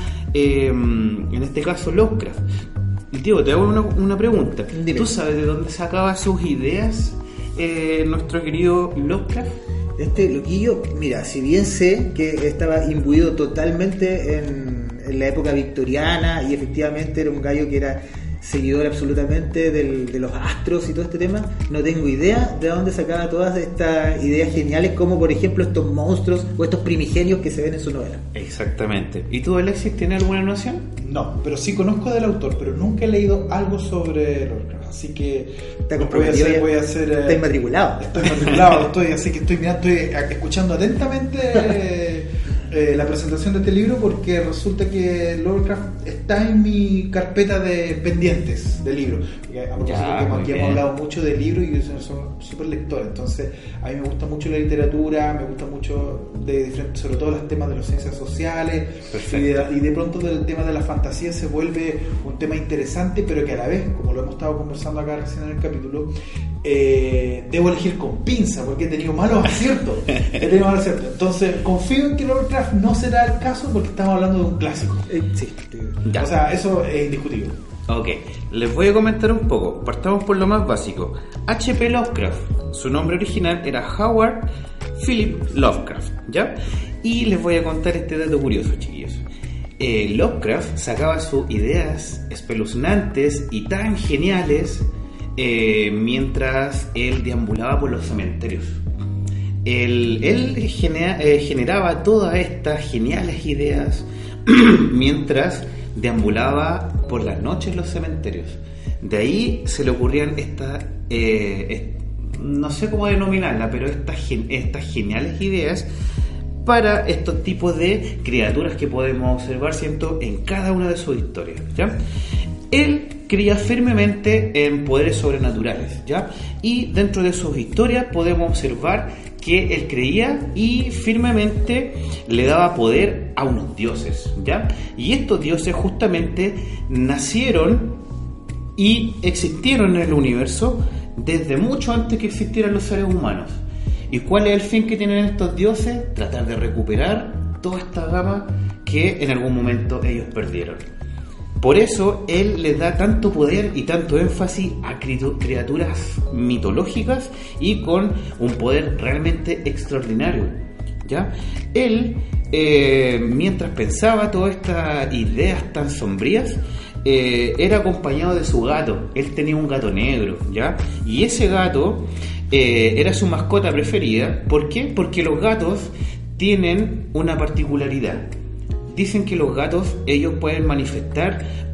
en este caso Lovecraft. Y tío, te hago una pregunta. Dime. ¿Tú sabes de dónde sacaba sus ideas nuestro querido Lovecraft? Este loquillo, mira, si bien sé que estaba imbuido totalmente en la época victoriana y efectivamente era un gallo que era seguidor absolutamente de los astros y todo este tema, no tengo idea de dónde sacaba todas estas ideas geniales, como por ejemplo estos monstruos o estos primigenios que se ven en su novela. Exactamente. ¿Y tú, Alexis, tienes alguna noción? No, pero sí conozco del autor, pero nunca he leído algo sobre Lovecraft, así que voy a hacer ¿Estás matriculado? Estoy matriculado, así que estoy escuchando atentamente la presentación de este libro, porque resulta que Lovecraft está en mi carpeta de pendientes de libros. A propósito que hemos hablado mucho de libros y yo soy súper lector, entonces a mí me gusta mucho la literatura, me gusta mucho sobre todo los temas de las ciencias sociales, y de pronto el tema de la fantasía se vuelve un tema interesante, pero que a la vez, como lo hemos estado conversando acá recién en el capítulo, debo elegir con pinza porque he tenido malos aciertos. Entonces confío en que Lovecraft no será el caso porque estamos hablando de un clásico. Sí. O sea, eso es indiscutible. Ok, les voy a comentar un poco. Partamos por lo más básico. H.P. Lovecraft, su nombre original era Howard Philip Lovecraft, ¿ya? Y les voy a contar este dato curioso, chiquillos. Lovecraft sacaba sus ideas espeluznantes y tan geniales mientras él deambulaba por los cementerios. Él generaba todas estas geniales ideas mientras deambulaba por las noches en los cementerios. De ahí se le ocurrían estas, no sé cómo denominarla, pero estas geniales ideas para estos tipos de criaturas que podemos observar, ¿cierto?, en cada una de sus historias, ¿ya? Él creía firmemente en poderes sobrenaturales, ¿ya? Y dentro de sus historias podemos observar que él creía y firmemente le daba poder a unos dioses, ¿ya? Y estos dioses justamente nacieron y existieron en el universo desde mucho antes que existieran los seres humanos. ¿Y cuál es el fin que tienen estos dioses? Tratar de recuperar toda esta gama que en algún momento ellos perdieron. Por eso él les da tanto poder y tanto énfasis a criaturas mitológicas y con un poder realmente extraordinario, ¿ya? Él, mientras pensaba todas estas ideas tan sombrías, era acompañado de su gato. Él tenía un gato negro, ¿ya? Y ese gato era su mascota preferida. ¿Por qué? Porque los gatos tienen una particularidad. Dicen que los gatos, ellos pueden manifestar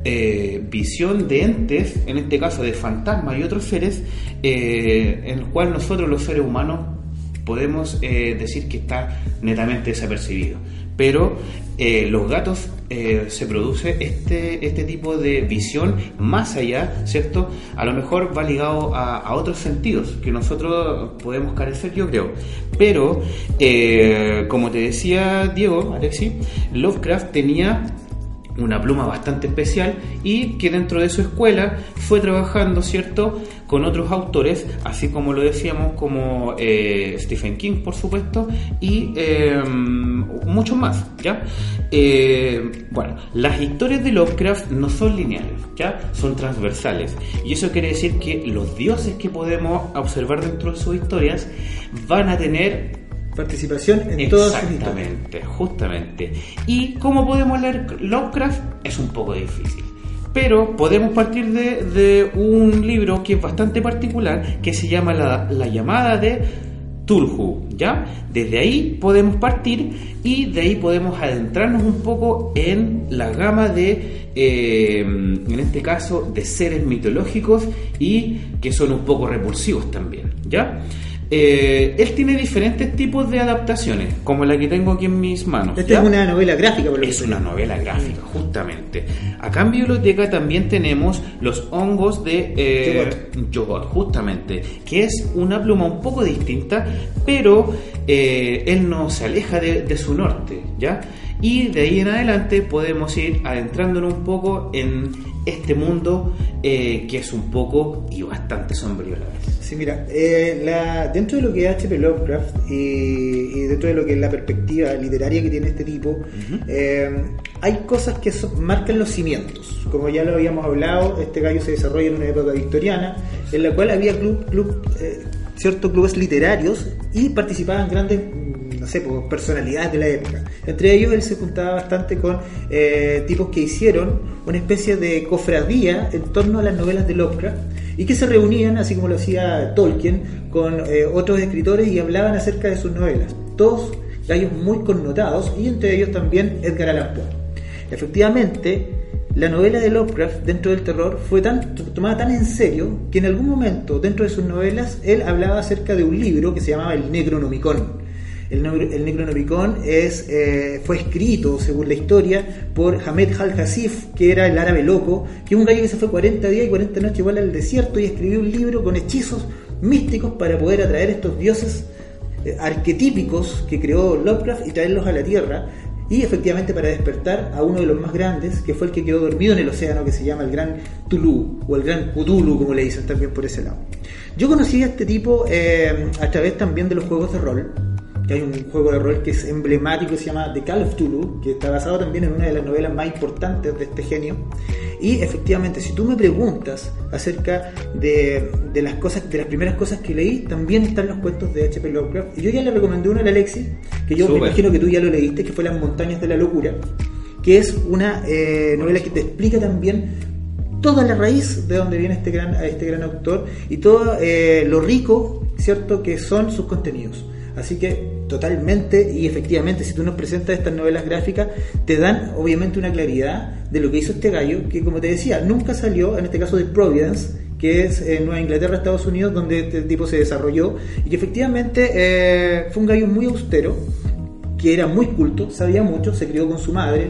visión de entes, en este caso de fantasmas y otros seres, en el cual nosotros los seres humanos podemos decir que está netamente desapercibido. Pero los gatos se produce este tipo de visión más allá, ¿cierto? A lo mejor va ligado a otros sentidos que nosotros podemos carecer, yo creo. Pero, como te decía Diego, Alexis, Lovecraft tenía una pluma bastante especial y que dentro de su escuela fue trabajando, ¿cierto?, con otros autores, así como lo decíamos, como Stephen King, por supuesto, y muchos más, ¿ya? Bueno, las historias de Lovecraft no son lineales, ¿ya? Son transversales, y eso quiere decir que los dioses que podemos observar dentro de sus historias van a tener participación en todas sus historias. Exactamente, justamente. Y cómo podemos leer Lovecraft es un poco difícil, pero podemos partir de un libro que es bastante particular, que se llama La llamada de Cthulhu, ¿ya? Desde ahí podemos partir y de ahí podemos adentrarnos un poco en la gama de, en este caso, de seres mitológicos y que son un poco repulsivos también, ¿ya? Él tiene diferentes tipos de adaptaciones, como la que tengo aquí en mis manos. Esta es una novela gráfica, por lo que es una novela gráfica, justamente. Acá en mi biblioteca también tenemos Los hongos de Yoggoth, justamente, que es una pluma un poco distinta, pero él no se aleja de su norte, ¿ya? Y de ahí en adelante podemos ir adentrándonos un poco en este mundo que es un poco y bastante sombrío a la vez. Sí, mira, dentro de lo que es H.P. Lovecraft y dentro de lo que es la perspectiva literaria que tiene este tipo, hay cosas que marcan los cimientos. Como ya lo habíamos hablado, este gallo se desarrolla en una época victoriana, en la cual había ciertos clubes literarios y participaban grandes, no sé, personalidades de la época. Entre ellos él se juntaba bastante con tipos que hicieron una especie de cofradía en torno a las novelas de Lovecraft y que se reunían, así como lo hacía Tolkien, con otros escritores y hablaban acerca de sus novelas. Todos gallos muy connotados, y entre ellos también Edgar Allan Poe. Efectivamente, la novela de Lovecraft dentro del terror fue tomada tan en serio que en algún momento dentro de sus novelas él hablaba acerca de un libro que se llamaba El Necronomicon. El Necronomicon fue escrito, según la historia, por Hamed al-Hasif, que era el árabe loco, que es un gallo que se fue 40 días y 40 noches igual al desierto y escribió un libro con hechizos místicos para poder atraer estos dioses arquetípicos que creó Lovecraft y traerlos a la tierra, y efectivamente para despertar a uno de los más grandes, que fue el que quedó dormido en el océano, que se llama el Gran Tulu, o el Gran Cthulhu, como le dicen también por ese lado. Yo conocí a este tipo a través también de los juegos de rol. Que hay un juego de rol que es emblemático, se llama The Call of Cthulhu, que está basado también en una de las novelas más importantes de este genio. Y efectivamente, si tú me preguntas acerca de las cosas, de las primeras cosas que leí, también están los cuentos de H.P. Lovecraft. Y yo ya le recomendé uno a Alexis, que yo me imagino que tú ya lo leíste, que fue Las montañas de la locura, que es una novela que te explica también toda la raíz de donde viene este gran autor y todo lo rico, ¿cierto?, que son sus contenidos. Así que totalmente y efectivamente, si tú nos presentas estas novelas gráficas, te dan obviamente una claridad de lo que hizo este gallo, que como te decía, nunca salió, en este caso de Providence, que es en Nueva Inglaterra, Estados Unidos, donde este tipo se desarrolló, y que efectivamente fue un gallo muy austero, que era muy culto, sabía mucho, se crió con su madre,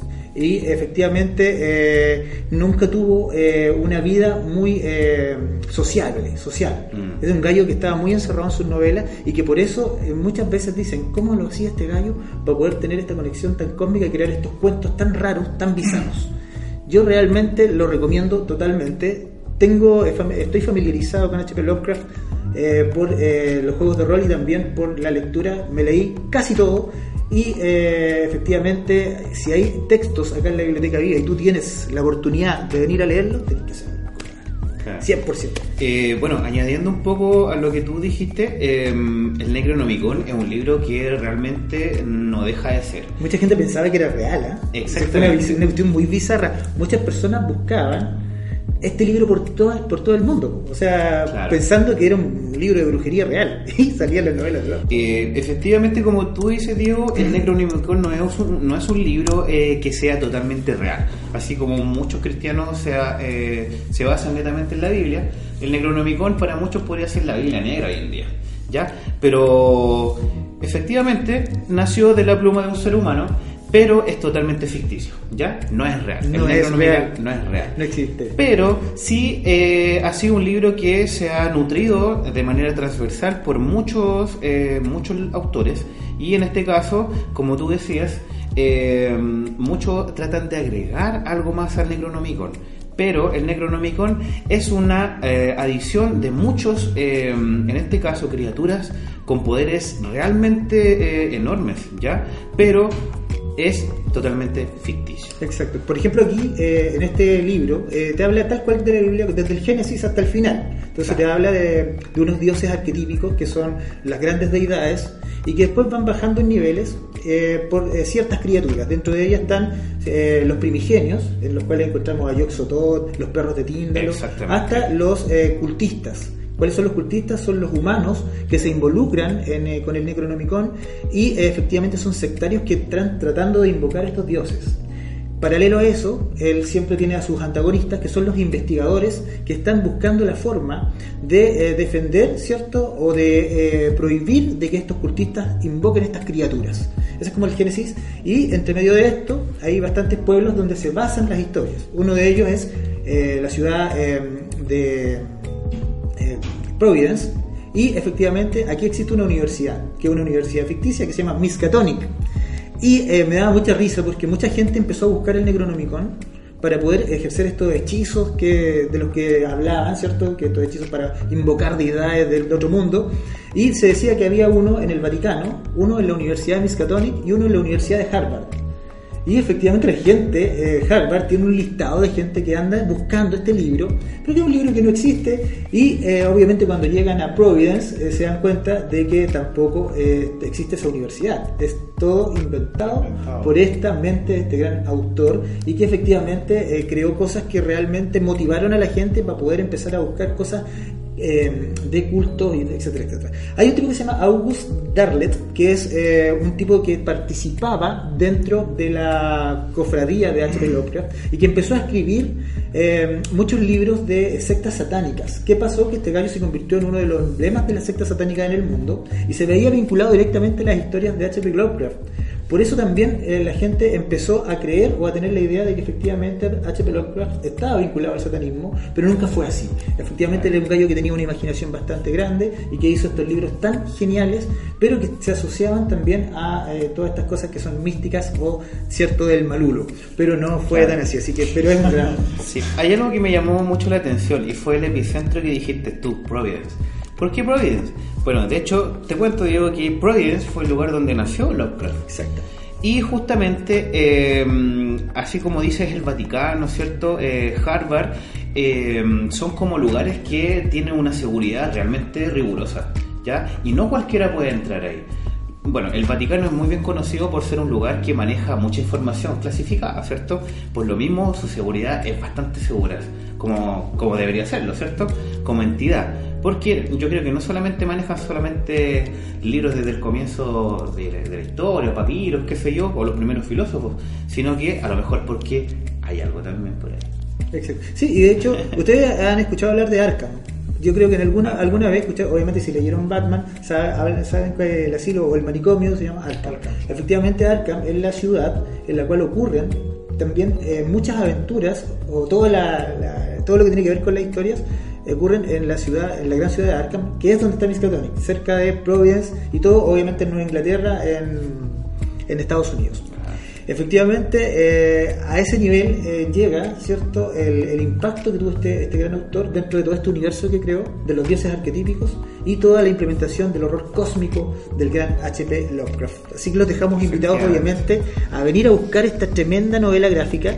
y efectivamente nunca tuvo una vida muy social. Es un gallo que estaba muy encerrado en sus novelas y que por eso muchas veces dicen ¿cómo lo hacía este gallo para poder tener esta conexión tan cósmica y crear estos cuentos tan raros, tan bizarros? Yo realmente lo recomiendo totalmente. Estoy familiarizado con H.P. Lovecraft por los juegos de rol y también por la lectura. Me leí casi todo. Y efectivamente, si hay textos acá en la biblioteca viva y tú tienes la oportunidad de venir a leerlos, tenés que hacerlo. Claro. 100%. Bueno, añadiendo un poco a lo que tú dijiste, el Necronomicon es un libro que realmente no deja de ser. Mucha gente pensaba que era real, ¿eh? Exactamente. Fue una cuestión muy bizarra. Muchas personas buscaban este libro por todo el mundo, o sea, Claro. pensando que era un libro de brujería real y salían las novelas, ¿no? Efectivamente, como tú dices, Diego, el Necronomicon no es un libro que sea totalmente real. Así como muchos cristianos se basan netamente en la Biblia, el Necronomicon para muchos podría ser la Biblia negra hoy en día, ¿ya? Pero efectivamente nació de la pluma de un ser humano, pero es totalmente ficticio, ¿ya? No es real. No El es Necronomicon real. no es real. No existe. Pero sí ha sido un libro que se ha nutrido de manera transversal por muchos autores, y en este caso, como tú decías, muchos tratan de agregar algo más al Necronomicon, pero el Necronomicon es una adición de muchos, en este caso, criaturas con poderes realmente enormes, ¿ya? Pero es totalmente ficticio. Exacto. Por ejemplo, aquí, en este libro, te habla tal cual de la Biblia, desde el Génesis hasta el final. Entonces te habla de unos dioses arquetípicos que son las grandes deidades y que después van bajando en niveles por ciertas criaturas. Dentro de ellas están los primigenios, en los cuales encontramos a Yog-Sothoth, los perros de Tíndalo, Exactamente. hasta los cultistas. ¿Cuáles son los cultistas? Son los humanos que se involucran con el Necronomicon y efectivamente son sectarios que están tratando de invocar a estos dioses. Paralelo a eso, él siempre tiene a sus antagonistas, que son los investigadores que están buscando la forma de defender, ¿cierto? O de prohibir de que estos cultistas invoquen estas criaturas. Ese es como el Génesis. Y entre medio de esto hay bastantes pueblos donde se basan las historias. Uno de ellos es la ciudad de Providence, y efectivamente aquí existe una universidad, que es una universidad ficticia que se llama Miskatonic, y me daba mucha risa porque mucha gente empezó a buscar el Necronomicon para poder ejercer estos hechizos de los que hablaban, ¿cierto? Que estos hechizos para invocar deidades del otro mundo, y se decía que había uno en el Vaticano, uno en la Universidad de Miskatonic y uno en la Universidad de Harvard. Y efectivamente la gente, Harvard tiene un listado de gente que anda buscando este libro, pero que es un libro que no existe, y obviamente cuando llegan a Providence se dan cuenta de que tampoco existe esa universidad. Es todo inventado por esta mente de este gran autor, y que efectivamente creó cosas que realmente motivaron a la gente para poder empezar a buscar cosas de culto, etcétera, etcétera. Hay un tipo que se llama August Derleth, que es un tipo que participaba dentro de la cofradía de H.P. Lovecraft y que empezó a escribir muchos libros de sectas satánicas. ¿Qué pasó? Que este gallo se convirtió en uno de los emblemas de la secta satánica en el mundo y se veía vinculado directamente a las historias de H.P. Lovecraft. Por eso también la gente empezó a creer o a tener la idea de que efectivamente H.P. Lovecraft estaba vinculado al satanismo, pero nunca fue así. Efectivamente él era un gallo que tenía una imaginación bastante grande y que hizo estos libros tan geniales, pero que se asociaban también a todas estas cosas que son místicas o cierto del malulo. Pero no fue tan así, pero es más grande. Sí, hay algo que me llamó mucho la atención y fue el epicentro que dijiste tú, Providence. ¿Por qué Providence? Bueno, de hecho, te cuento, Diego, que Providence fue el lugar donde nació Lovecraft. Exacto. Y justamente, así como dices, el Vaticano, ¿cierto? Harvard, son como lugares que tienen una seguridad realmente rigurosa, ¿ya? Y no cualquiera puede entrar ahí. Bueno, el Vaticano es muy bien conocido por ser un lugar que maneja mucha información clasificada, ¿cierto? Por lo mismo, su seguridad es bastante segura, como debería serlo, ¿cierto? Como entidad. Porque yo creo que no solamente manejan libros desde el comienzo de la historia, papiros, qué sé yo, o los primeros filósofos, sino que a lo mejor porque hay algo también por ahí. Exacto. Sí, y de hecho, ustedes han escuchado hablar de Arkham. Yo creo que en alguna vez, obviamente si leyeron Batman, saben que el asilo o el manicomio se llama Arkham. Efectivamente Arkham es la ciudad en la cual ocurren también muchas aventuras, o todo lo que tiene que ver con las historias ocurren en la gran ciudad de Arkham, que es donde está Miskatonic, cerca de Providence, y todo obviamente en Nueva Inglaterra, en Estados Unidos. Efectivamente, a ese nivel llega, ¿cierto?, el impacto que tuvo este gran autor dentro de todo este universo que creó, de los dioses arquetípicos y toda la implementación del horror cósmico del gran H.P. Lovecraft. Así que los dejamos invitados, obviamente, a venir a buscar esta tremenda novela gráfica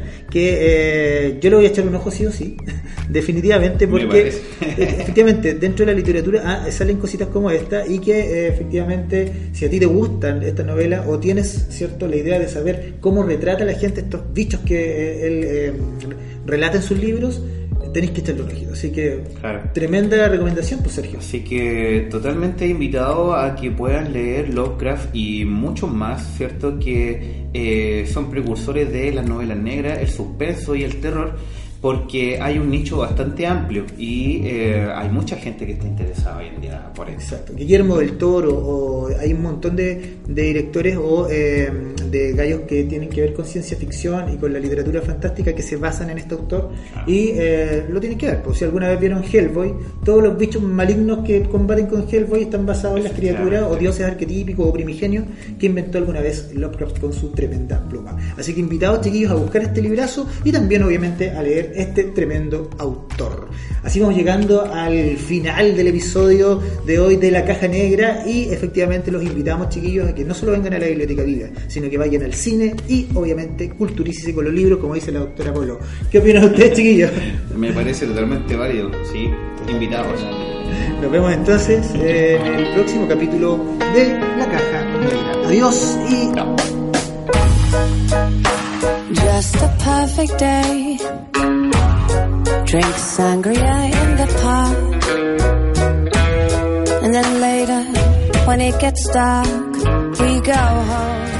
que yo le voy a echar un ojo sí o sí, definitivamente, porque efectivamente dentro de la literatura salen cositas como esta, y que efectivamente, si a ti te gustan estas novelas o tienes, ¿cierto?, la idea de saber cómo retrata la gente estos bichos que él relata en sus libros, tenéis que echarle un ojito. Así que, Claro. tremenda recomendación, pues Sergio. Así que totalmente invitado a que puedan leer Lovecraft y muchos más, ¿cierto? Que son precursores de las novelas negras, el suspenso y el terror, porque hay un nicho bastante amplio y hay mucha gente que está interesada hoy en día por eso. Exacto. Guillermo del Toro, o hay un montón de directores o de gallos que tienen que ver con ciencia ficción y con la literatura fantástica que se basan en este autor y lo tienen que ver. Pues si alguna vez vieron Hellboy, todos los bichos malignos que combaten con Hellboy están basados en las criaturas o dioses arquetípicos o primigenios que inventó alguna vez Lovecraft con su tremenda pluma. Así que invitados, chiquillos, a buscar este librazo y también obviamente a leer este tremendo autor. Así vamos llegando al final del episodio de hoy de La Caja Negra y efectivamente los invitamos, chiquillos, a que no solo vengan a la Biblioteca Viva, sino que vayan al cine y obviamente culturícese con los libros, como dice la doctora Polo. ¿Qué opinan ustedes, chiquillos? Me parece totalmente válido, sí, invitados. Nos vemos entonces en el próximo capítulo de La Caja Negra. Adiós y chao. Just a perfect day. Drink sangria in the park. And then later, when it gets dark, we go home.